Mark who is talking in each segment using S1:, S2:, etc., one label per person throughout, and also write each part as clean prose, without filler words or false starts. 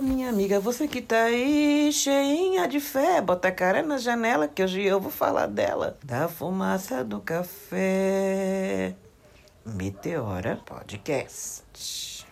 S1: minha amiga, você que tá aí cheinha de fé, bota a cara na janela que hoje eu vou falar dela. Da fumaça do café. Meteora Podcast.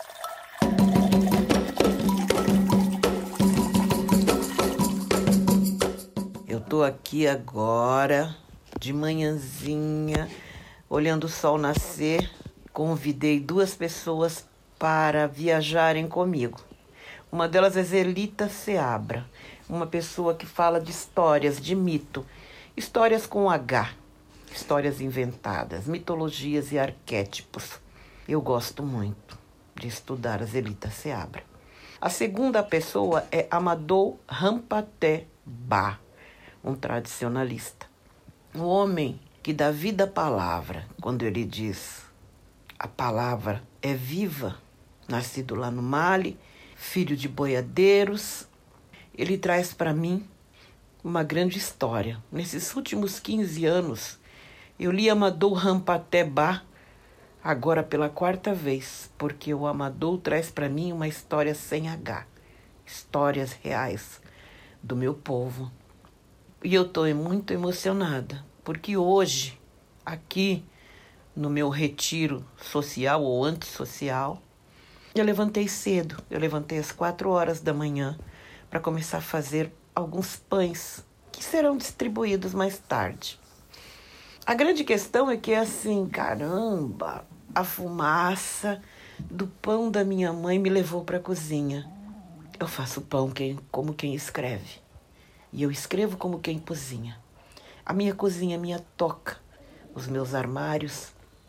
S1: Eu tô aqui agora, de manhãzinha, olhando o sol nascer. Convidei 2 pessoas para viajarem comigo. Uma delas é Zelita Seabra, uma pessoa que fala de histórias, de mito. Histórias com H, histórias inventadas, mitologias e arquétipos. Eu gosto muito de estudar a Zelita Seabra. A segunda pessoa é Amadou Hampâté Bâ, um tradicionalista. Um homem que dá vida à palavra, quando ele diz: a palavra é viva. Nascido lá no Mali, filho de boiadeiros, ele traz para mim uma grande história. Nesses últimos 15 anos, eu li Amadou Hampâté Bâ agora pela 4ª vez, porque o Amadou traz para mim uma história sem H, histórias reais do meu povo. E eu estou muito emocionada, porque hoje, aqui no meu retiro social ou antissocial, eu levantei cedo, eu levantei às 4 horas da manhã para começar a fazer alguns pães que serão distribuídos mais tarde. A grande questão é que é assim, caramba, a fumaça do pão da minha mãe me levou para a cozinha. Eu faço pão como quem escreve e eu escrevo como quem cozinha. A minha cozinha é minha toca, os meus armários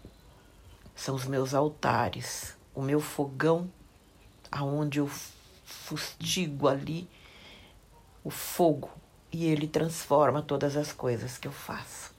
S1: são os meus altares. O meu fogão, aonde eu fustigo ali o fogo e ele transforma todas as coisas que eu faço.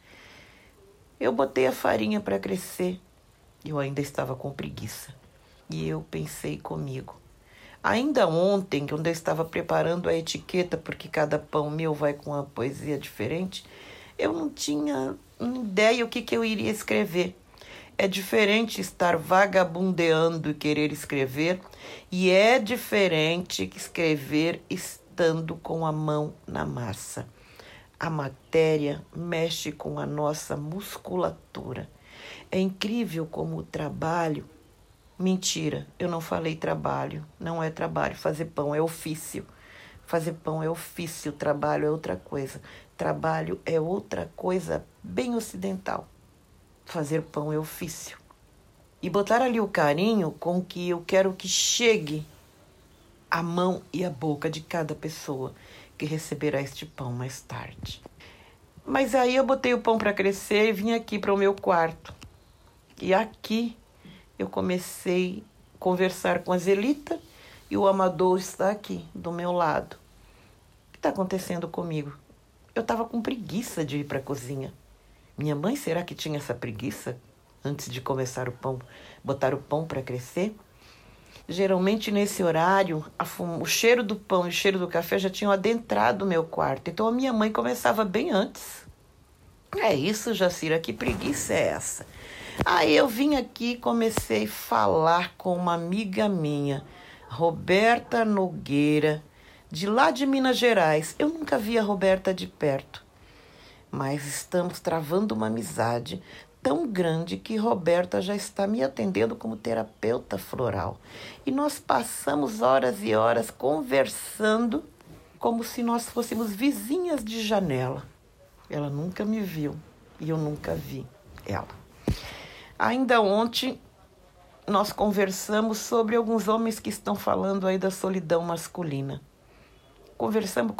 S1: Eu botei a farinha para crescer, eu ainda estava com preguiça. E eu pensei comigo. Ainda ontem, quando eu estava preparando a etiqueta, porque cada pão meu vai com uma poesia diferente, eu não tinha ideia o que eu iria escrever. É diferente estar vagabundeando e querer escrever, e é diferente escrever estando com a mão na massa. A matéria mexe com a nossa musculatura. É incrível como o trabalho... Mentira, eu não falei trabalho, não é trabalho. Fazer pão é ofício. Fazer pão é ofício, trabalho é outra coisa. Trabalho é outra coisa bem ocidental. Fazer pão é ofício. E botar ali o carinho com que eu quero que chegue a mão e a boca de cada pessoa que receberá este pão mais tarde. Mas aí eu botei o pão para crescer e vim aqui para o meu quarto. E aqui eu comecei a conversar com a Zelita e o Amadou está aqui do meu lado. O que está acontecendo comigo? Eu estava com preguiça de ir para a cozinha. Minha mãe, será que tinha essa preguiça antes de começar o pão, botar o pão para crescer? Geralmente nesse horário, o cheiro do pão e o cheiro do café já tinham adentrado o meu quarto. Então a minha mãe começava bem antes. É isso, Jacira, que preguiça é essa? Aí eu vim aqui e comecei a falar com uma amiga minha, Roberta Nogueira, de lá de Minas Gerais. Eu nunca vi a Roberta de perto. Mas estamos travando uma amizade tão grande que Roberta já está me atendendo como terapeuta floral. E nós passamos horas e horas conversando como se nós fôssemos vizinhas de janela. Ela nunca me viu e eu nunca vi ela. Ainda ontem nós conversamos sobre alguns homens que estão falando aí da solidão masculina. Conversamos,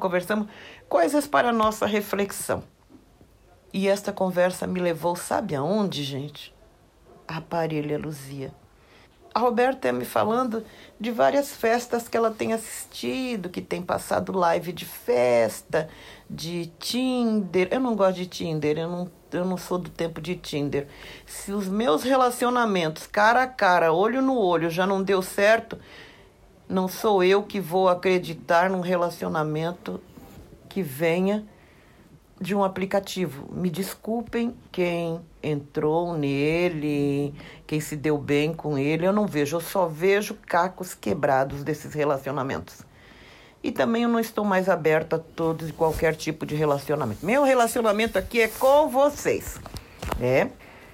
S1: coisas para a nossa reflexão. E esta conversa me levou, sabe aonde, gente? A Parelha Luzia. A Roberta me falando de várias festas que ela tem assistido, que tem passado live de festa, de Tinder. Eu não gosto de Tinder, eu não sou do tempo de Tinder. Se os meus relacionamentos, cara a cara, olho no olho, já não deu certo, não sou eu que vou acreditar num relacionamento que venha de um aplicativo. Me desculpem quem entrou nele, quem se deu bem com ele. Eu não vejo, eu só vejo cacos quebrados desses relacionamentos. E também eu não estou mais aberta a todo e qualquer tipo de relacionamento. Meu relacionamento aqui é com vocês, né?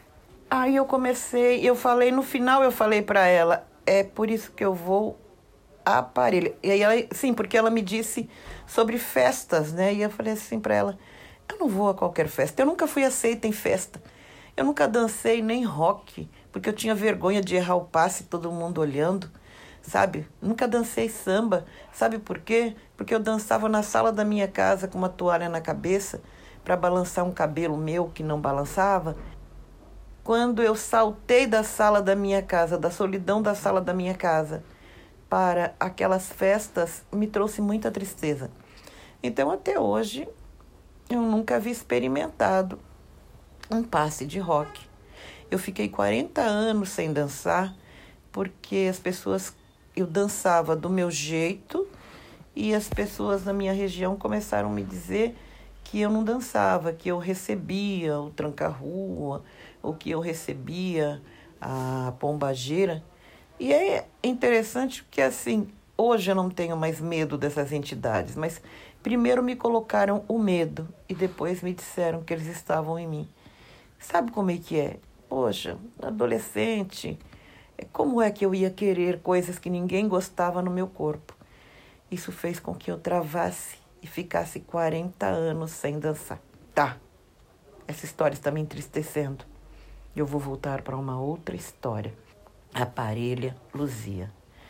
S1: Aí eu falei, no final eu falei para ela, é por isso que eu vou a Parelha. E aí ela, sim, porque ela me disse sobre festas, né? E eu falei assim para ela, eu não vou a qualquer festa, eu nunca fui aceita em festa. Eu nunca dancei nem rock, porque eu tinha vergonha de errar o passe, todo mundo olhando, sabe? Nunca dancei samba, sabe por quê? Porque eu dançava na sala da minha casa com uma toalha na cabeça para balançar um cabelo meu que não balançava. Quando eu saltei da sala da minha casa, da solidão da sala da minha casa, para aquelas festas, me trouxe muita tristeza. Então, até hoje, eu nunca havia experimentado um passe de rock. Eu fiquei 40 anos sem dançar, porque eu dançava do meu jeito e as pessoas na minha região começaram a me dizer que eu não dançava, que eu recebia o tranca-rua, ou que eu recebia a pombageira. E é interessante porque, assim, hoje eu não tenho mais medo dessas entidades, mas primeiro me colocaram o medo e depois me disseram que eles estavam em mim. Sabe como é que é? Poxa, adolescente, como é que eu ia querer coisas que ninguém gostava no meu corpo? Isso fez com que eu travasse e ficasse 40 anos sem dançar. Tá, essa história está me entristecendo. Eu vou voltar para uma outra história. A Parelha Luzia.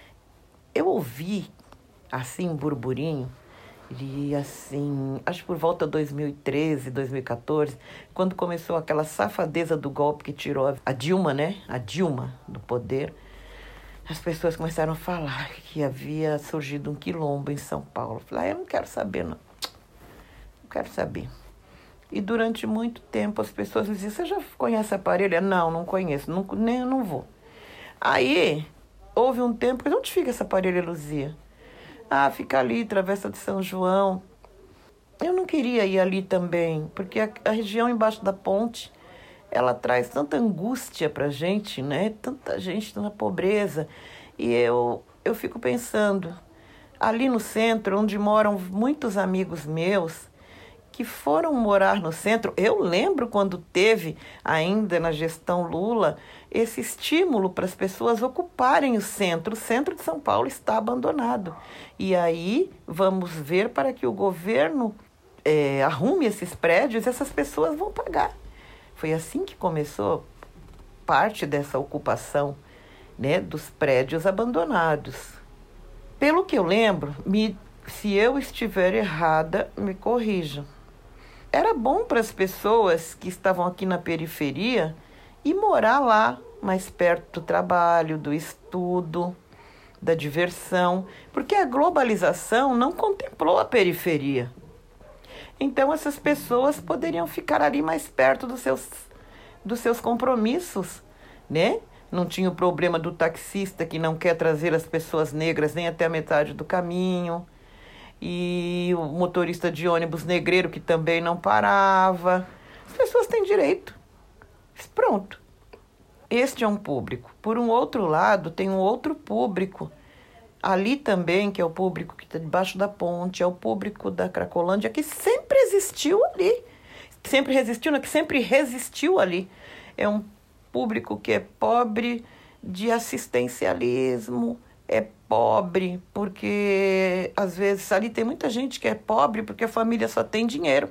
S1: Eu ouvi, assim, um burburinho, e assim, acho que por volta de 2013, 2014, quando começou aquela safadeza do golpe que tirou a Dilma, né? A Dilma do poder, as pessoas começaram a falar que havia surgido um quilombo em São Paulo. Eu falei, eu não quero saber, não. Não quero saber. E durante muito tempo as pessoas me diziam, você já conhece a Parelha? Não, não conheço, não vou. Aí, houve um tempo, onde fica essa Parelha Luzia? Ah, fica ali, Travessa de São João. Eu não queria ir ali também, porque a região embaixo da ponte, ela traz tanta angústia pra gente, né? Tanta gente na pobreza. E eu fico pensando, ali no centro, onde moram muitos amigos meus, que foram morar no centro. Eu lembro quando teve, ainda na gestão Lula, esse estímulo para as pessoas ocuparem o centro. O centro de São Paulo está abandonado. E aí vamos ver para que o governo arrume esses prédios, essas pessoas vão pagar. Foi assim que começou parte dessa ocupação, né, dos prédios abandonados. Pelo que eu lembro, se eu estiver errada, me corrijam. Era bom para as pessoas que estavam aqui na periferia ir morar lá, mais perto do trabalho, do estudo, da diversão, porque a globalização não contemplou a periferia. Então, essas pessoas poderiam ficar ali mais perto dos seus compromissos, né? Não tinha o problema do taxista que não quer trazer as pessoas negras nem até a metade do caminho. E o motorista de ônibus negreiro que também não parava. As pessoas têm direito. Pronto. Este é um público. Por um outro lado, tem um outro público. Ali também, que é o público que está debaixo da ponte, é o público da Cracolândia, que sempre existiu ali. Sempre resistiu, não, que sempre resistiu ali. É um público que é pobre de assistencialismo, é pobre porque, às vezes, ali tem muita gente que é pobre porque a família só tem dinheiro.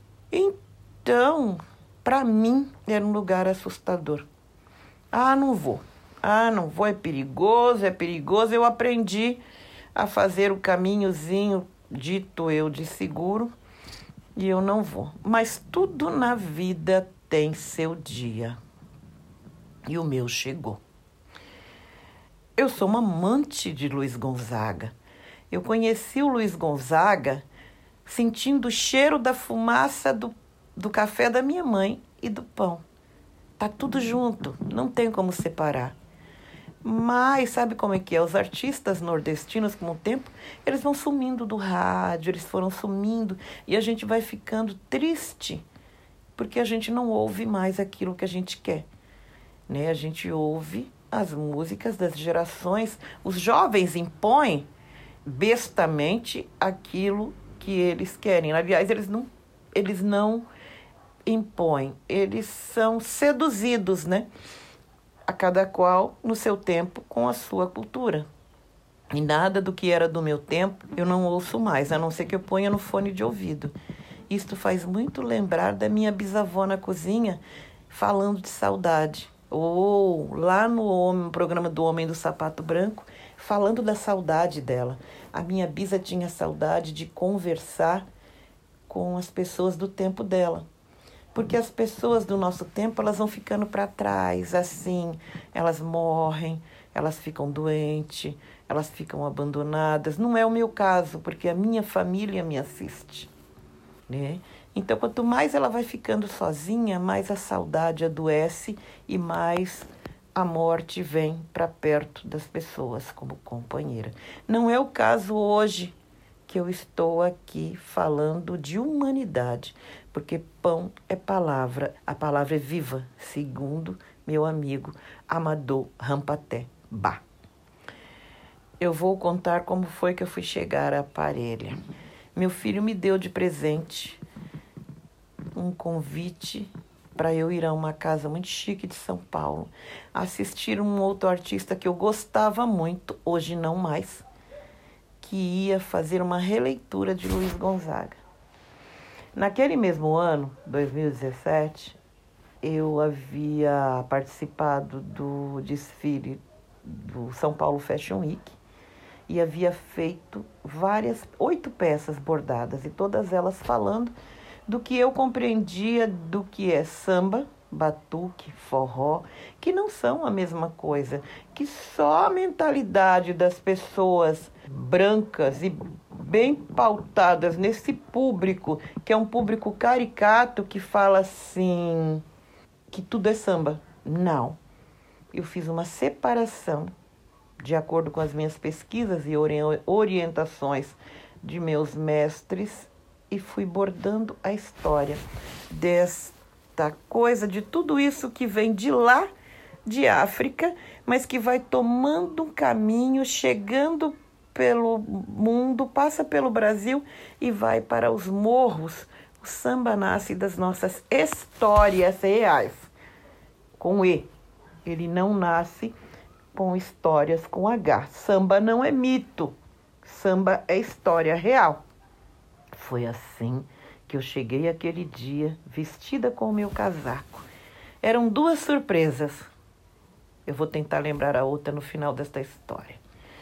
S1: Então, para mim, era um lugar assustador. Não vou, é perigoso. Eu aprendi a fazer o caminhozinho, dito eu, de seguro, e eu não vou. Mas tudo na vida tem seu dia. E o meu chegou. Eu sou uma amante de Luiz Gonzaga. Eu conheci o Luiz Gonzaga sentindo o cheiro da fumaça do café da minha mãe e do pão. Tá tudo junto, não tem como separar. Mas sabe como é que é? Os artistas nordestinos, com o tempo, eles vão sumindo do rádio, eles foram sumindo e a gente vai ficando triste porque a gente não ouve mais aquilo que a gente quer, né? A gente ouve as músicas das gerações, os jovens impõem bestamente aquilo que eles querem. Aliás, eles não impõem, eles são seduzidos, né? A cada qual no seu tempo com a sua cultura. E nada do que era do meu tempo eu não ouço mais, a não ser que eu ponha no fone de ouvido. Isto faz muito lembrar da minha bisavó na cozinha falando de saudade. Ou lá no programa do Homem do Sapato Branco, falando da saudade dela. A minha bisa tinha saudade de conversar com as pessoas do tempo dela. Porque as pessoas do nosso tempo, elas vão ficando para trás, assim, elas morrem, elas ficam doentes, elas ficam abandonadas. Não é o meu caso, porque a minha família me assiste, né? Então, quanto mais ela vai ficando sozinha, mais a saudade adoece e mais a morte vem para perto das pessoas como companheira. Não é o caso hoje que eu estou aqui falando de humanidade, porque pão é palavra, a palavra é viva, segundo meu amigo Amadou Rampaté Bá. Eu vou contar como foi que eu fui chegar à Parelha. Meu filho me deu de presente um convite para eu ir a uma casa muito chique de São Paulo, assistir um outro artista que eu gostava muito, hoje não mais, que ia fazer uma releitura de Luiz Gonzaga. Naquele mesmo ano, 2017, eu havia participado do desfile do São Paulo Fashion Week e havia feito 8 peças bordadas, e todas elas falando do que eu compreendia do que é samba, batuque, forró, que não são a mesma coisa, que só a mentalidade das pessoas brancas e bem pautadas nesse público, que é um público caricato, que fala assim, que tudo é samba. Não. Eu fiz uma separação, de acordo com as minhas pesquisas e orientações de meus mestres, e fui bordando a história desta coisa, de tudo isso que vem de lá, de África, mas que vai tomando um caminho, chegando pelo mundo, passa pelo Brasil e vai para os morros. O samba nasce das nossas histórias reais, com E. Ele não nasce com histórias com H. Samba não é mito, samba é história real. Foi assim que eu cheguei aquele dia, vestida com o meu casaco. Eram 2 surpresas. Eu vou tentar lembrar a outra no final desta história.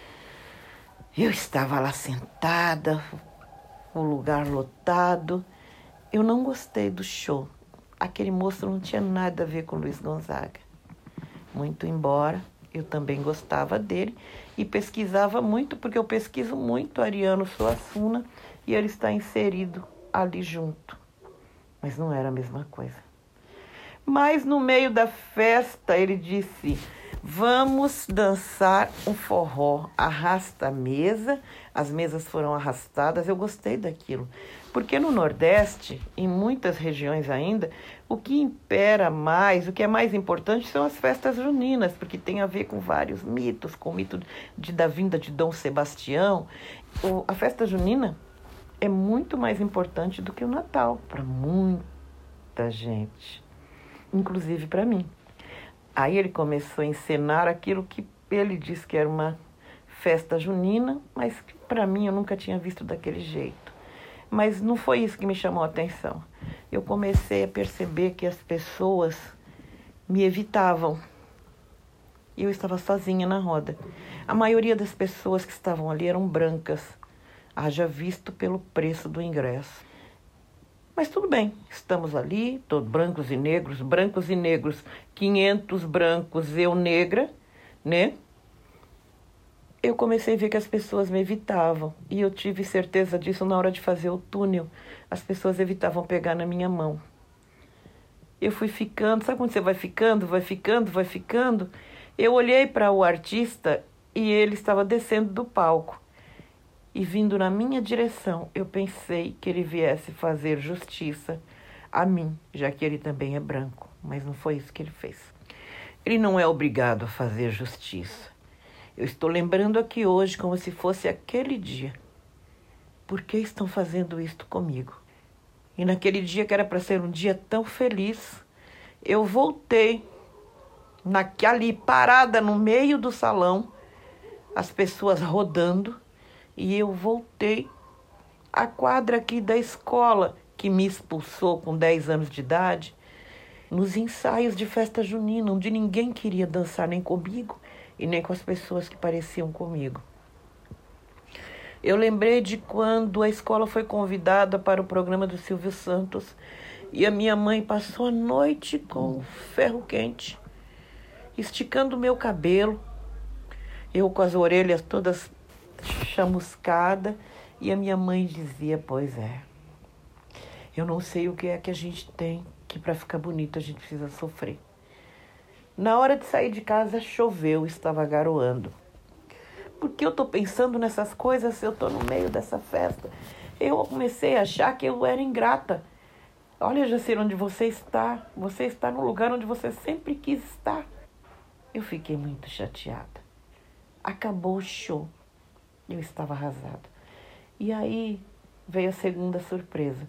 S1: Eu estava lá sentada, o lugar lotado. Eu não gostei do show. Aquele moço não tinha nada a ver com Luiz Gonzaga. Muito embora eu também gostava dele e pesquisava muito, porque eu pesquiso muito Ariano Suassuna e ele está inserido ali junto. Mas não era a mesma coisa. Mas no meio da festa ele disse: vamos dançar um forró, arrasta a mesa. As mesas foram arrastadas, eu gostei daquilo. Porque no Nordeste, em muitas regiões ainda, o que impera mais, o que é mais importante são as festas juninas, porque tem a ver com vários mitos, com o mito da vinda de Dom Sebastião. A festa junina é muito mais importante do que o Natal, para muita gente, inclusive para mim. Aí ele começou a encenar aquilo que ele disse que era uma festa junina, mas que para mim eu nunca tinha visto daquele jeito. Mas não foi isso que me chamou a atenção. Eu comecei a perceber que as pessoas me evitavam. E eu estava sozinha na roda. A maioria das pessoas que estavam ali eram brancas, haja visto pelo preço do ingresso. Mas tudo bem, estamos ali, todos brancos e negros, 500 brancos, eu negra, né? Eu comecei a ver que as pessoas me evitavam, e eu tive certeza disso na hora de fazer o túnel. As pessoas evitavam pegar na minha mão. Eu fui ficando, sabe quando você vai ficando, Eu olhei para o artista e ele estava descendo do palco. E vindo na minha direção, eu pensei que ele viesse fazer justiça a mim, já que ele também é branco. Mas não foi isso que ele fez. Ele não é obrigado a fazer justiça. Eu estou lembrando aqui hoje como se fosse aquele dia. Por que estão fazendo isto comigo? E naquele dia que era para ser um dia tão feliz, eu voltei ali parada no meio do salão, as pessoas rodando, e eu voltei à quadra aqui da escola que me expulsou com 10 anos de idade, nos ensaios de festa junina, onde ninguém queria dançar nem comigo e nem com as pessoas que pareciam comigo. Eu lembrei de quando a escola foi convidada para o programa do Silvio Santos e a minha mãe passou a noite com ferro quente, esticando o meu cabelo, eu com as orelhas todas chamuscadas, e a minha mãe dizia, pois é, eu não sei o que é que a gente tem, que para ficar bonito a gente precisa sofrer. Na hora de sair de casa choveu, estava garoando. Por que eu estou pensando nessas coisas se eu estou no meio dessa festa? Eu comecei a achar que eu era ingrata. Olha, Jacira, onde você está. Você está no lugar onde você sempre quis estar. Eu fiquei muito chateada. Acabou o show. Eu estava arrasada. E aí veio a segunda surpresa.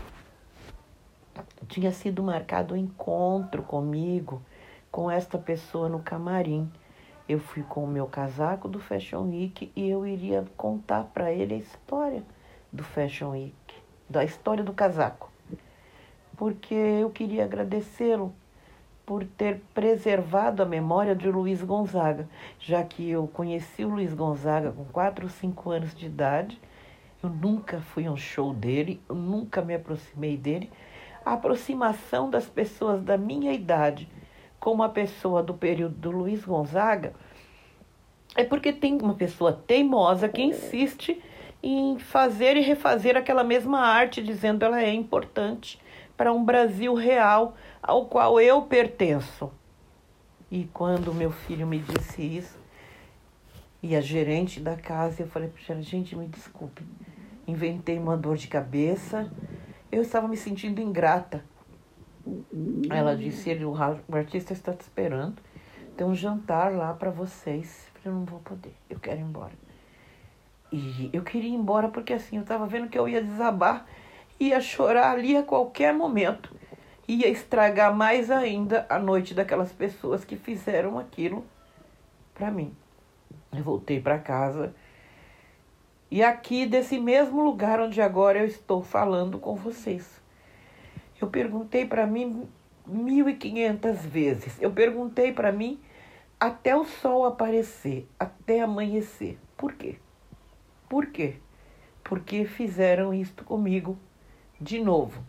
S1: Tinha sido marcado um encontro comigo, com esta pessoa no camarim. Eu fui com o meu casaco do Fashion Week e eu iria contar para ele a história do Fashion Week, da história do casaco. Porque eu queria agradecê-lo por ter preservado a memória de Luiz Gonzaga, já que eu conheci o Luiz Gonzaga com 4 ou 5 anos de idade. Eu nunca fui a um show dele, eu nunca me aproximei dele. A aproximação das pessoas da minha idade com uma pessoa do período do Luiz Gonzaga é porque tem uma pessoa teimosa que insiste em fazer e refazer aquela mesma arte, dizendo que ela é importante para um Brasil real ao qual eu pertenço. E quando meu filho me disse isso, e a gerente da casa, eu falei, gente, me desculpe, inventei uma dor de cabeça, eu estava me sentindo ingrata. Ela disse, o artista está te esperando, tem um jantar lá para vocês. Eu não vou poder, eu quero ir embora. E eu queria ir embora porque assim, eu estava vendo que eu ia desabar, ia chorar ali a qualquer momento. Ia estragar mais ainda a noite daquelas pessoas que fizeram aquilo para mim. Eu voltei para casa e aqui desse mesmo lugar onde agora eu estou falando com vocês. Eu perguntei para mim 1.500 vezes. Eu perguntei para mim até o sol aparecer, até amanhecer. Por quê? Por quê? Porque fizeram isto comigo de novo.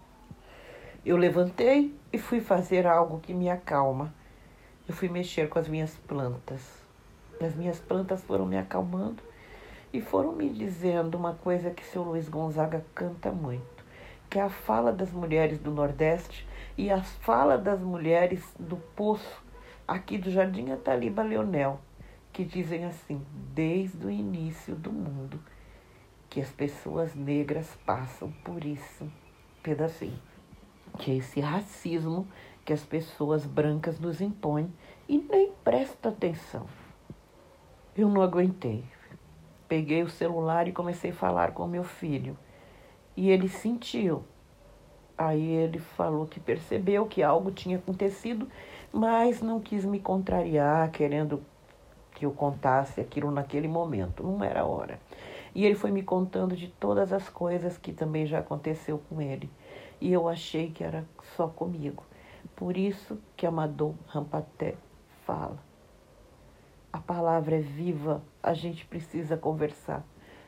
S1: Eu levantei e fui fazer algo que me acalma. Eu fui mexer com as minhas plantas. As minhas plantas foram me acalmando e foram me dizendo uma coisa que seu Luiz Gonzaga canta muito, que é a fala das mulheres do Nordeste e a fala das mulheres do Poço, aqui do Jardim Ataliba Leonel, que dizem assim, desde o início do mundo, que as pessoas negras passam por isso, pedacinho, que é esse racismo que as pessoas brancas nos impõem e nem presta atenção. Eu não aguentei. Peguei o celular e comecei a falar com meu filho. E ele sentiu. Aí ele falou que percebeu que algo tinha acontecido, mas não quis me contrariar, querendo que eu contasse aquilo naquele momento. Não era a hora. E ele foi me contando de todas as coisas que também já aconteceu com ele. E eu achei que era só comigo. Por isso que Amadou Rampaté fala. A palavra é viva, a gente precisa conversar.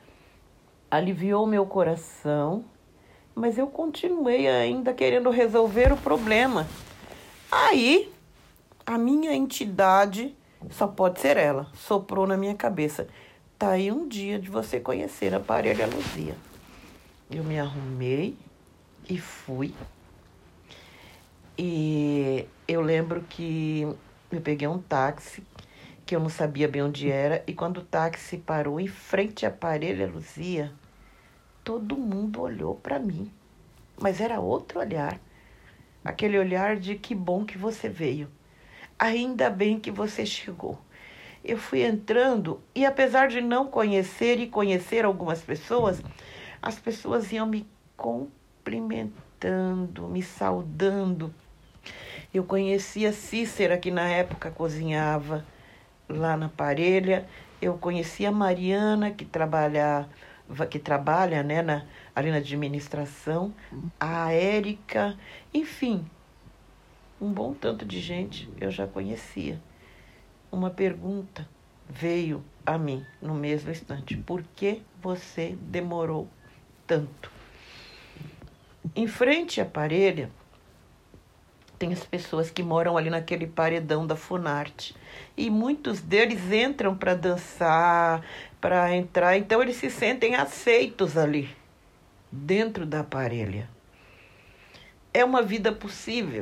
S1: Aliviou meu coração, mas eu continuei ainda querendo resolver o problema. Aí, a minha entidade, só pode ser ela, soprou na minha cabeça. Tá aí um dia de você conhecer a Parelha Luzia. Eu me arrumei e fui. E eu lembro que Eu peguei um táxi, que eu não sabia bem onde era, e quando o táxi parou em frente à Parelha Luzia, todo mundo olhou para mim. Mas era outro olhar. Aquele olhar de que bom que você veio. Ainda bem que você chegou. Eu fui entrando e apesar de não conhecer e conhecer algumas pessoas, as pessoas iam me cumprimentando, me saudando. Eu conhecia Cícera, que na época cozinhava lá na Parelha. Eu conhecia a Mariana, que trabalha, né, ali na administração. A Érica, enfim, um bom tanto de gente eu já conhecia. Uma pergunta veio a mim no mesmo instante. Por que você demorou tanto? Em frente à Parelha, tem as pessoas que moram ali naquele paredão da Funarte. E muitos deles entram para dançar, para entrar. Então, eles se sentem aceitos ali, dentro da Parelha. É uma vida possível.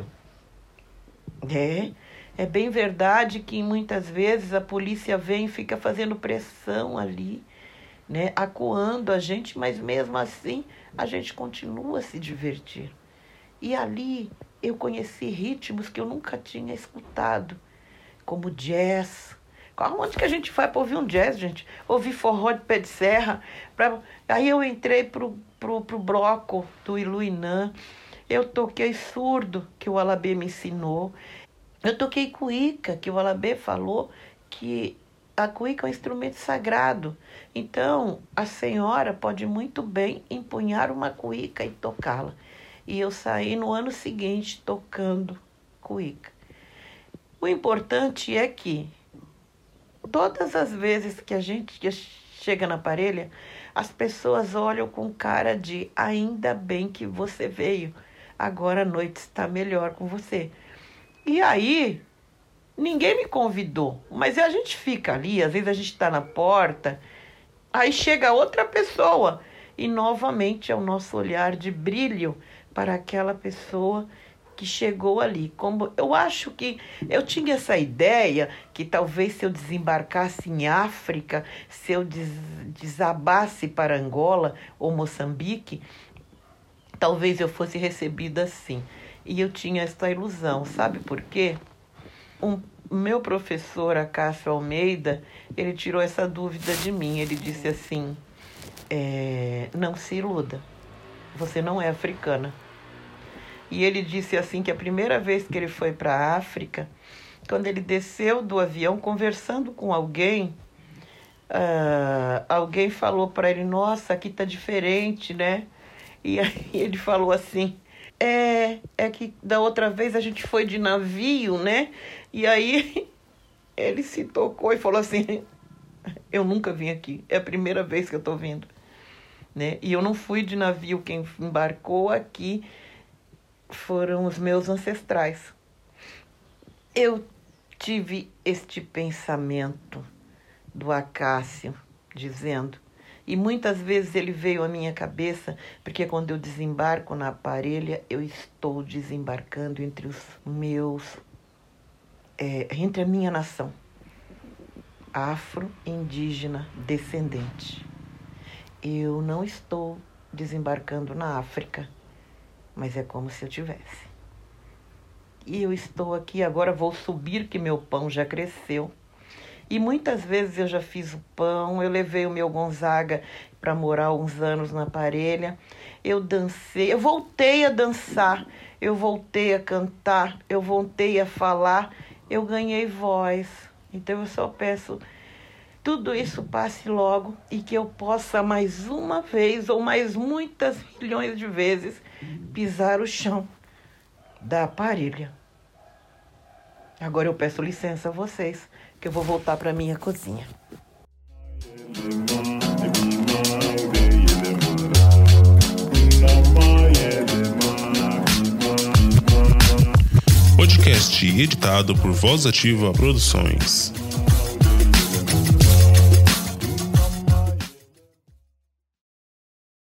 S1: É bem verdade que muitas vezes a polícia vem e fica fazendo pressão ali, né, acuando a gente, mas mesmo assim a gente continua a se divertir. E ali eu conheci ritmos que eu nunca tinha escutado, como jazz. Onde que a gente vai para ouvir um jazz, gente? Ouvir forró de pé de serra. Aí eu entrei pro bloco do Iluinã. Eu toquei surdo, que o Alabê me ensinou. Eu toquei cuíca, que o Alabê falou que a cuíca é um instrumento sagrado. Então, a senhora pode muito bem empunhar uma cuíca e tocá-la. E eu saí no ano seguinte tocando cuíca. O importante é que todas as vezes que a gente chega na Parelha, as pessoas olham com cara de ainda bem que você veio. Agora a noite está melhor com você. E aí, ninguém me convidou, mas a gente fica ali, às vezes a gente está na porta, aí chega outra pessoa e novamente é o nosso olhar de brilho para aquela pessoa que chegou ali. Como eu acho que eu tinha essa ideia que talvez se eu desembarcasse em África, se eu desabasse para Angola ou Moçambique, talvez eu fosse recebida assim. E eu tinha essa ilusão, sabe por quê? Meu professor, Acácio Almeida, ele tirou essa dúvida de mim. Ele disse assim, não se iluda, você não é africana. E ele disse assim que a primeira vez que ele foi para a África, quando ele desceu do avião conversando com alguém, alguém falou para ele, nossa, aqui tá diferente, né? E aí ele falou assim, é que da outra vez a gente foi de navio, né? E aí ele se tocou e falou assim, eu nunca vim aqui, é a primeira vez que eu tô vindo, né? E eu não fui de navio, quem embarcou aqui foram os meus ancestrais. Eu tive este pensamento do Acácio, dizendo, e muitas vezes ele veio à minha cabeça, porque quando eu desembarco na Parelha, eu estou desembarcando entre os meus, entre a minha nação, afro-indígena descendente. Eu não estou desembarcando na África, mas é como se eu tivesse. E eu estou aqui, agora vou subir, que meu pão já cresceu. E muitas vezes eu já fiz o pão, eu levei o meu Gonzaga para morar uns anos na Parelha. Eu dancei, eu voltei a dançar, eu voltei a cantar, eu voltei a falar, eu ganhei voz. Então eu só peço tudo isso passe logo e que eu possa mais uma vez ou mais muitas milhões de vezes pisar o chão da Parelha. Agora eu peço licença a vocês, que eu vou voltar para minha cozinha.
S2: Podcast editado por Voz Ativa Produções.